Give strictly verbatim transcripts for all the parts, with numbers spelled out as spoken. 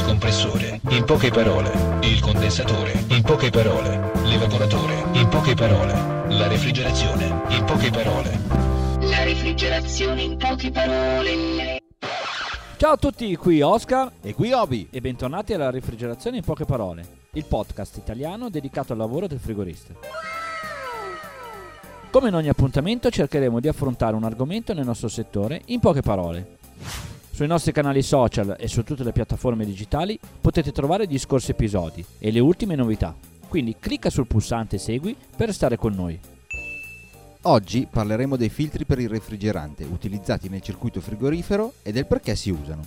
il compressore, in poche parole, il condensatore, in poche parole, l'evaporatore, in poche parole, la refrigerazione, in poche parole. La refrigerazione in poche parole. Ciao a tutti, qui Oscar e qui Obi e bentornati alla Refrigerazione in poche parole, il podcast italiano dedicato al lavoro del frigorista. Come in ogni appuntamento cercheremo di affrontare un argomento nel nostro settore in poche parole. Sui nostri canali social e su tutte le piattaforme digitali potete trovare gli scorsi episodi e le ultime novità, quindi clicca sul pulsante segui per restare con noi. Oggi parleremo dei filtri per il refrigerante utilizzati nel circuito frigorifero e del perché si usano.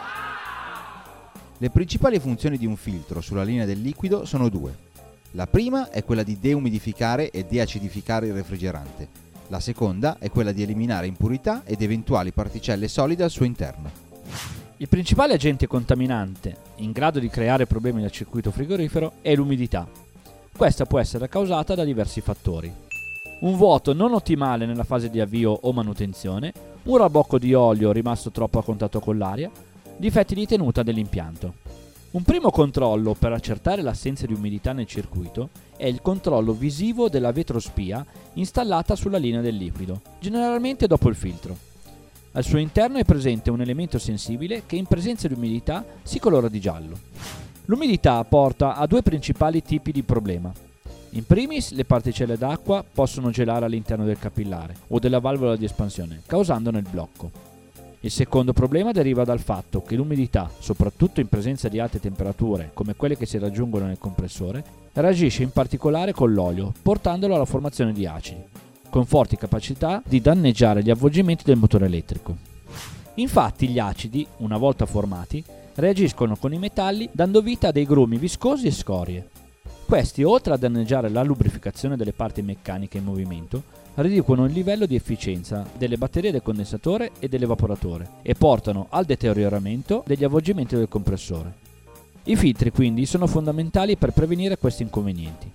Le principali funzioni di un filtro sulla linea del liquido sono due. La prima è quella di deumidificare e deacidificare il refrigerante. La seconda è quella di eliminare impurità ed eventuali particelle solide al suo interno. Il principale agente contaminante in grado di creare problemi nel circuito frigorifero è l'umidità. Questa può essere causata da diversi fattori. Un vuoto non ottimale nella fase di avvio o manutenzione, un rabocco di olio rimasto troppo a contatto con l'aria, difetti di tenuta dell'impianto. Un primo controllo per accertare l'assenza di umidità nel circuito è il controllo visivo della vetrospia installata sulla linea del liquido, generalmente dopo il filtro. Al suo interno è presente un elemento sensibile che in presenza di umidità si colora di giallo. L'umidità porta a due principali tipi di problema. In primis, le particelle d'acqua possono gelare all'interno del capillare o della valvola di espansione, causandone il blocco. Il secondo problema deriva dal fatto che l'umidità, soprattutto in presenza di alte temperature come quelle che si raggiungono nel compressore, reagisce in particolare con l'olio, portandolo alla formazione di acidi, con forti capacità di danneggiare gli avvolgimenti del motore elettrico. Infatti gli acidi, una volta formati, reagiscono con i metalli dando vita a dei grumi viscosi e scorie. Questi, oltre a danneggiare la lubrificazione delle parti meccaniche in movimento, riducono il livello di efficienza delle batterie del condensatore e dell'evaporatore e portano al deterioramento degli avvolgimenti del compressore. I filtri quindi sono fondamentali per prevenire questi inconvenienti.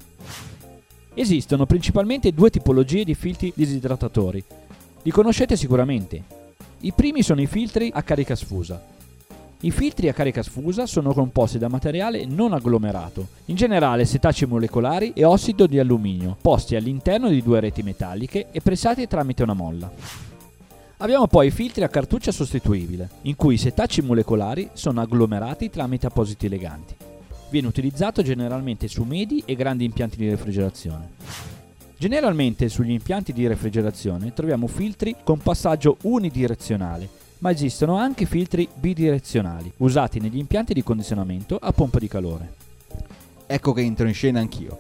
Esistono principalmente due tipologie di filtri disidratatori. Li conoscete sicuramente. I primi sono i filtri a carica sfusa. I filtri a carica sfusa sono composti da materiale non agglomerato, in generale setacei molecolari e ossido di alluminio, posti all'interno di due reti metalliche e pressati tramite una molla. Abbiamo poi i filtri a cartuccia sostituibile, in cui i setacei molecolari sono agglomerati tramite appositi leganti. Viene utilizzato generalmente su medi e grandi impianti di refrigerazione. Generalmente sugli impianti di refrigerazione troviamo filtri con passaggio unidirezionale, ma esistono anche filtri bidirezionali, usati negli impianti di condizionamento a pompa di calore. Ecco che entro in scena anch'io.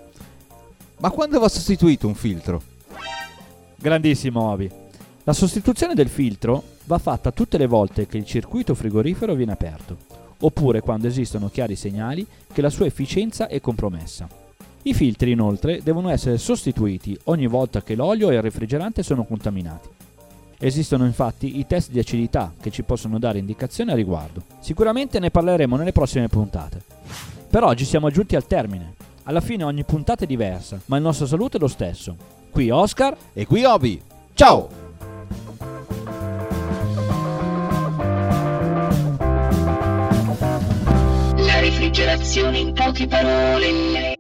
Ma quando va sostituito un filtro? Grandissimo Obi! La sostituzione del filtro va fatta tutte le volte che il circuito frigorifero viene aperto, oppure quando esistono chiari segnali che la sua efficienza è compromessa. I filtri inoltre devono essere sostituiti ogni volta che l'olio e il refrigerante sono contaminati. Esistono infatti i test di acidità che ci possono dare indicazioni a riguardo. Sicuramente ne parleremo nelle prossime puntate. Per oggi siamo giunti al termine. Alla fine ogni puntata è diversa, ma il nostro saluto è lo stesso. Qui Oscar e qui Obi. Ciao! La refrigerazione in poche parole.